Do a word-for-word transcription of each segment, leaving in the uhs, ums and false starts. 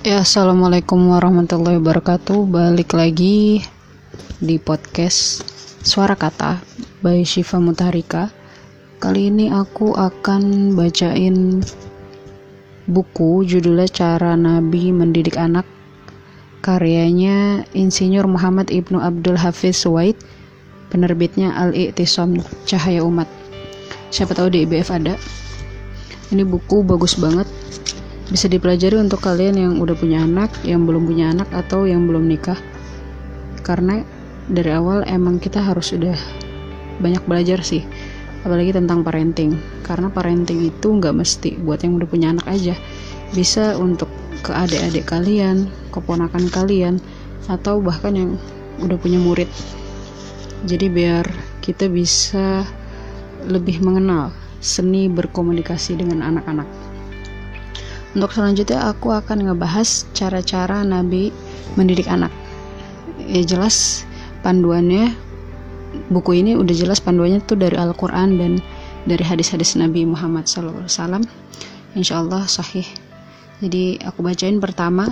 Ya, assalamualaikum warahmatullahi wabarakatuh. Balik lagi di podcast Suara Kata by Syifa Mutharika. Kali ini aku akan bacain buku judulnya Cara Nabi Mendidik Anak, karyanya Insinyur Muhammad Ibnu Abdul Hafiz Suwaid, penerbitnya Al-I'tisam Cahaya Umat. Siapa tahu di I B F ada. Ini buku bagus banget, bisa dipelajari untuk kalian yang udah punya anak, yang belum punya anak, atau yang belum nikah. Karena dari awal emang kita harus udah banyak belajar sih, apalagi tentang parenting. Karena parenting itu nggak mesti buat yang udah punya anak aja, bisa untuk ke adik-adik kalian, keponakan kalian, atau bahkan yang udah punya murid. Jadi biar kita bisa lebih mengenal seni berkomunikasi dengan anak-anak. Untuk selanjutnya aku akan ngebahas cara-cara Nabi mendidik anak. Ya jelas panduannya, buku ini udah jelas panduannya tuh dari Al-Quran dan dari hadis-hadis Nabi Muhammad shallallahu alaihi wasallam. Insya Allah sahih. Jadi aku bacain pertama,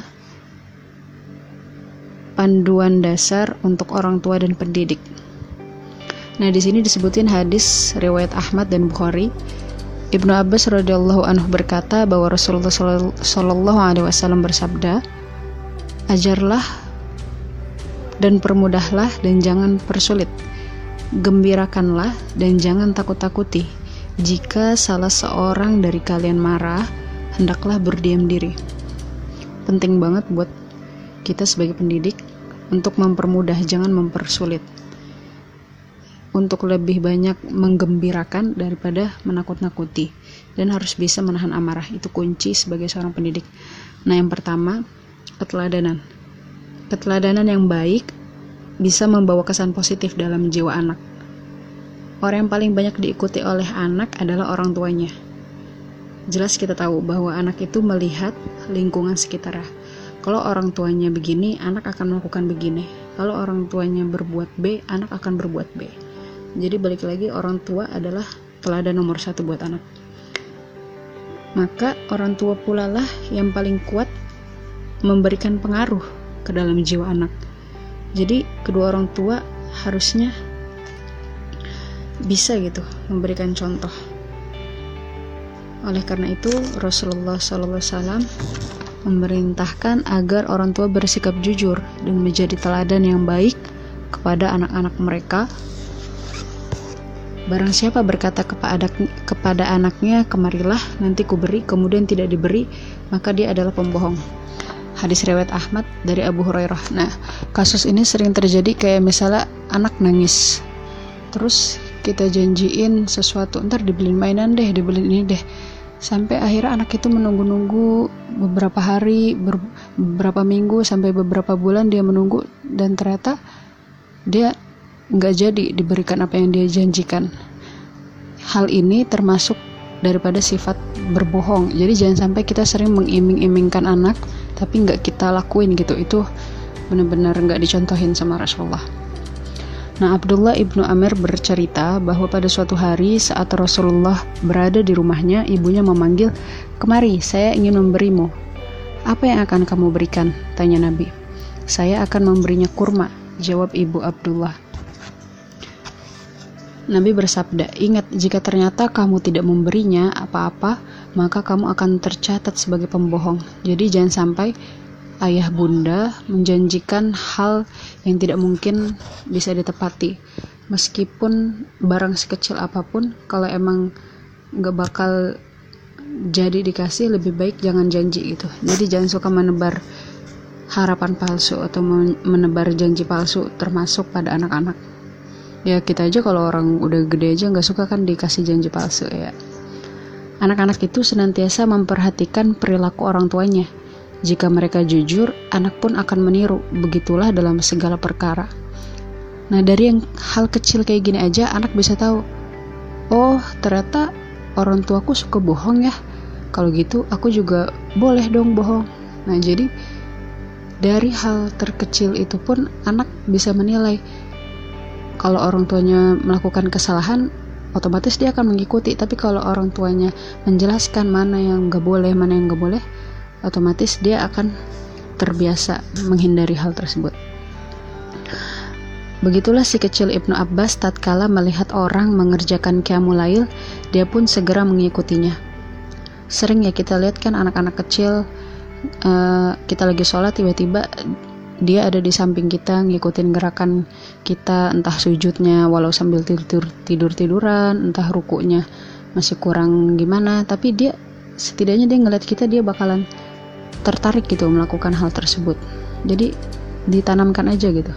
panduan dasar untuk orang tua dan pendidik. Nah di sini disebutin hadis riwayat Ahmad dan Bukhari. Ibnu Abbas radhiyallahu anhu berkata bahwa Rasulullah shallallahu alaihi wasallam bersabda, ajarlah dan permudahlah dan jangan persulit, gembirakanlah dan jangan takut-takuti. Jika salah seorang dari kalian marah, hendaklah berdiam diri. Penting banget buat kita sebagai pendidik untuk mempermudah, jangan mempersulit, untuk lebih banyak menggembirakan daripada menakut-nakuti, dan harus bisa menahan amarah. Itu kunci sebagai seorang pendidik. Nah yang pertama, keteladanan. Keteladanan yang baik bisa membawa kesan positif dalam jiwa anak. Orang yang paling banyak diikuti oleh anak adalah orang tuanya. Jelas kita tahu bahwa anak itu melihat lingkungan sekitarnya. Kalau orang tuanya begini, anak akan melakukan begini. Kalau orang tuanya berbuat B, anak akan berbuat B. Jadi balik lagi, orang tua adalah teladan nomor satu buat anak. Maka orang tua pula lah yang paling kuat memberikan pengaruh ke dalam jiwa anak. Jadi kedua orang tua harusnya bisa gitu memberikan contoh. Oleh karena itu Rasulullah shallallahu alaihi wasallam memerintahkan agar orang tua bersikap jujur dan menjadi teladan yang baik kepada anak-anak mereka. Barang siapa berkata kepada, kepada anaknya, kemarilah, nanti ku beri, kemudian tidak diberi, maka dia adalah pembohong. Hadis riwayat Ahmad dari Abu Hurairah. Nah, kasus ini sering terjadi kayak misalnya anak nangis, terus kita janjiin sesuatu, ntar dibeliin mainan deh, dibeliin ini deh, sampai akhirnya anak itu menunggu-nunggu beberapa hari, ber, beberapa minggu, sampai beberapa bulan dia menunggu, dan ternyata dia nggak jadi diberikan apa yang dia janjikan. Hal ini termasuk daripada sifat berbohong. Jadi jangan sampai kita sering mengiming-imingkan anak tapi nggak kita lakuin gitu. Itu benar-benar nggak dicontohin sama Rasulullah. Nah, Abdullah ibnu Amir bercerita bahwa pada suatu hari saat Rasulullah berada di rumahnya, ibunya memanggil, kemari, saya ingin memberimu. Apa yang akan kamu berikan? Tanya Nabi. Saya akan memberinya kurma, jawab ibu Abdullah. Nabi bersabda, ingat, jika ternyata kamu tidak memberinya apa-apa, maka kamu akan tercatat sebagai pembohong. Jadi jangan sampai ayah bunda menjanjikan hal yang tidak mungkin bisa ditepati. Meskipun barang sekecil apapun, kalau emang gak bakal jadi dikasih, lebih baik jangan janji gitu. Jadi jangan suka menebar harapan palsu atau menebar janji palsu, termasuk pada anak-anak. Ya kita aja kalau orang udah gede aja gak suka kan dikasih janji palsu ya. Anak-anak itu senantiasa memperhatikan perilaku orang tuanya. Jika mereka jujur, anak pun akan meniru. Begitulah dalam segala perkara. Nah dari yang hal kecil kayak gini aja anak bisa tahu, oh ternyata orang tuaku suka bohong ya, kalau gitu aku juga boleh dong bohong. Nah jadi dari hal terkecil itu pun anak bisa menilai. Kalau orang tuanya melakukan kesalahan, otomatis dia akan mengikuti. Tapi kalau orang tuanya menjelaskan mana yang gak boleh, mana yang gak boleh, otomatis dia akan terbiasa menghindari hal tersebut. Begitulah si kecil Ibnu Abbas tatkala melihat orang mengerjakan qiyamul lail, dia pun segera mengikutinya. Sering ya kita lihat kan anak-anak kecil, uh, kita lagi sholat tiba-tiba dia ada di samping kita ngikutin gerakan kita, entah sujudnya walau sambil tidur tidur-tiduran, entah rukuknya masih kurang gimana, tapi dia setidaknya dia ngeliat kita, dia bakalan tertarik gitu melakukan hal tersebut. Jadi ditanamkan aja gitu.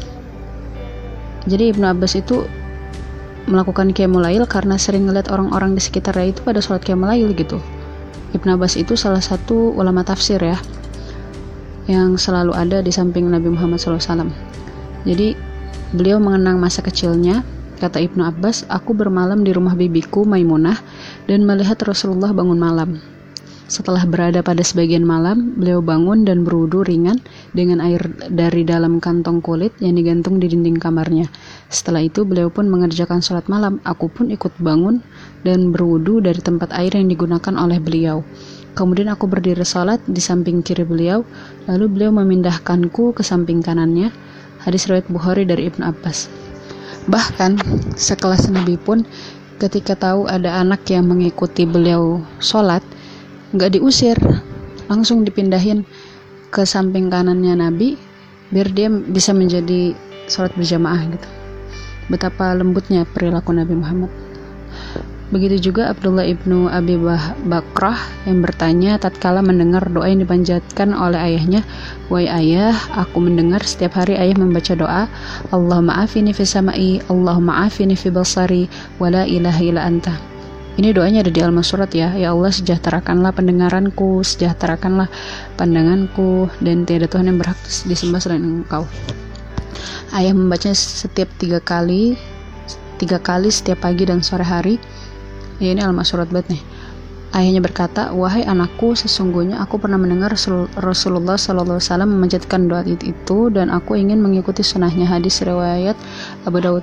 Jadi Ibnu Abbas itu melakukan qiyamul lail karena sering ngeliat orang-orang di sekitarnya itu pada sholat qiyamul lail gitu. Ibnu Abbas itu salah satu ulama tafsir ya, yang selalu ada di samping Nabi Muhammad shallallahu alaihi wasallam. Jadi beliau mengenang masa kecilnya. Kata Ibnu Abbas, aku bermalam di rumah bibiku Maimunah dan melihat Rasulullah bangun malam. Setelah berada pada sebagian malam, beliau bangun dan berwudu ringan dengan air dari dalam kantong kulit yang digantung di dinding kamarnya. Setelah itu beliau pun mengerjakan sholat malam. Aku pun ikut bangun dan berwudu dari tempat air yang digunakan oleh beliau. Kemudian aku berdiri sholat di samping kiri beliau, lalu beliau memindahkanku ke samping kanannya. Hadis riwayat Bukhari dari Ibnu Abbas. Bahkan sekelas Nabi pun ketika tahu ada anak yang mengikuti beliau sholat, nggak diusir, langsung dipindahin ke samping kanannya Nabi biar dia bisa menjadi sholat berjamaah gitu. Betapa lembutnya perilaku Nabi Muhammad. Begitu juga Abdullah ibnu Abi Bakrah yang bertanya tatkala mendengar doa yang dipanjatkan oleh ayahnya, wahai ayah, aku mendengar setiap hari ayah membaca doa, Allahumma afini fi samai, Allahumma afini fi basari, wala ilaha illa anta. Ini doanya ada di Al-Massurat ya. Ya Allah, sejahterakanlah pendengaranku, sejahterakanlah pandanganku, dan tiada Tuhan yang berhak disembah selain Engkau. Ayah membacanya setiap tiga kali, tiga kali setiap pagi dan sore hari. Ya, ini Al-Massurat banget nih. Ayahnya berkata, wahai anakku, sesungguhnya aku pernah mendengar Rasulullah shallallahu alaihi wasallam memanjatkan doa itu dan aku ingin mengikuti sunnahnya. Hadis riwayat Abu Daud.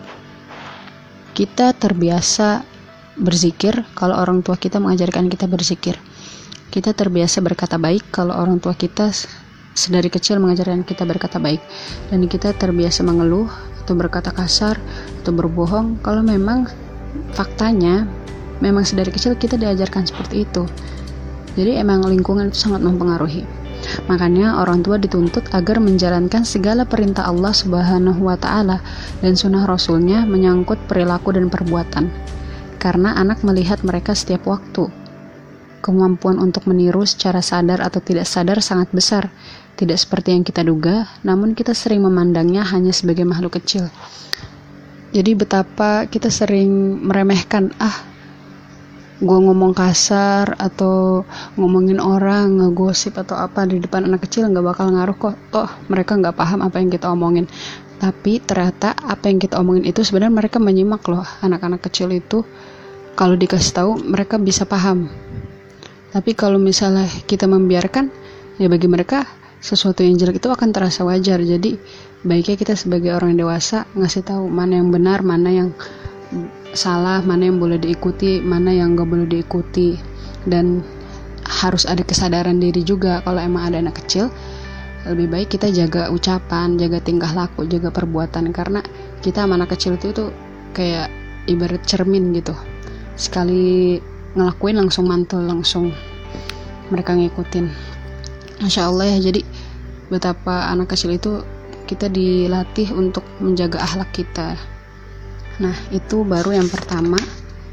Kita terbiasa berzikir kalau orang tua kita mengajarkan kita berzikir. Kita terbiasa berkata baik kalau orang tua kita sedari kecil mengajarkan kita berkata baik. Dan kita terbiasa mengeluh atau berkata kasar atau berbohong kalau memang faktanya memang sedari kecil kita diajarkan seperti itu. Jadi emang lingkungan itu sangat mempengaruhi. Makanya orang tua dituntut agar menjalankan segala perintah Allah Subhanahu wa taala dan sunnah Rasulnya menyangkut perilaku dan perbuatan. Karena anak melihat mereka setiap waktu. Kemampuan untuk meniru secara sadar atau tidak sadar sangat besar. Tidak seperti yang kita duga, namun kita sering memandangnya hanya sebagai makhluk kecil. Jadi betapa kita sering meremehkan, ah gue ngomong kasar atau ngomongin orang, ngegosip atau apa di depan anak kecil gak bakal ngaruh kok, toh mereka gak paham apa yang kita omongin. Tapi ternyata apa yang kita omongin itu sebenarnya mereka menyimak loh. Anak-anak kecil itu kalau dikasih tahu mereka bisa paham. Tapi kalau misalnya kita membiarkan, ya bagi mereka sesuatu yang jelek itu akan terasa wajar. Jadi baiknya kita sebagai orang dewasa ngasih tahu mana yang benar, mana yang salah, mana yang boleh diikuti, mana yang gak boleh diikuti. Dan harus ada kesadaran diri juga kalau emang ada anak kecil, lebih baik kita jaga ucapan, jaga tingkah laku, jaga perbuatan. Karena kita sama anak kecil itu tuh kayak ibarat cermin gitu, sekali ngelakuin langsung mantul, langsung mereka ngikutin. Masya Allah ya. Jadi betapa anak kecil itu kita dilatih untuk menjaga akhlak kita. Nah, itu baru yang pertama,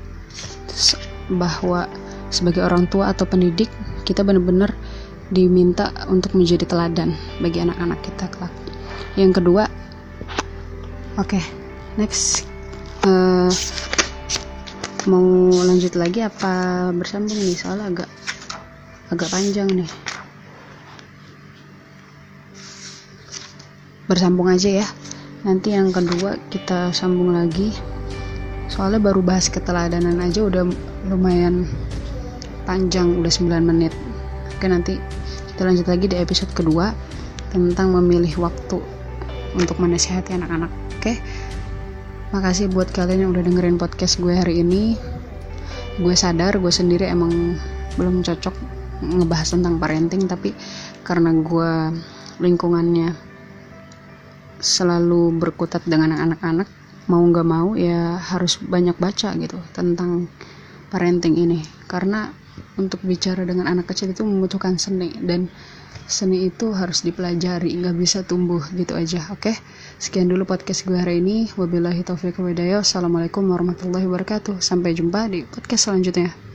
bahwa sebagai orang tua atau pendidik kita benar-benar diminta untuk menjadi teladan bagi anak-anak kita kelak. Yang kedua, oke, okay, next, uh, mau lanjut lagi apa bersambung nih? Soalnya agak agak panjang nih. Bersambung aja ya. Nanti yang kedua kita sambung lagi. Soalnya baru bahas keteladanan aja udah lumayan panjang, udah sembilan menit. Oke, nanti kita lanjut lagi di episode kedua tentang memilih waktu untuk menasihati anak-anak. Oke. Makasih buat kalian yang udah dengerin podcast gue hari ini. Gue sadar gue sendiri emang belum cocok ngebahas tentang parenting, tapi karena gue lingkungannya selalu berkutat dengan anak-anak, mau nggak mau ya harus banyak baca gitu tentang parenting ini, karena untuk bicara dengan anak kecil itu membutuhkan seni, dan seni itu harus dipelajari, nggak bisa tumbuh gitu aja. Oke, sekian dulu podcast gue hari ini. Wabillahi taufiq wal hidayah. Assalamualaikum warahmatullahi wabarakatuh. Sampai jumpa di podcast selanjutnya.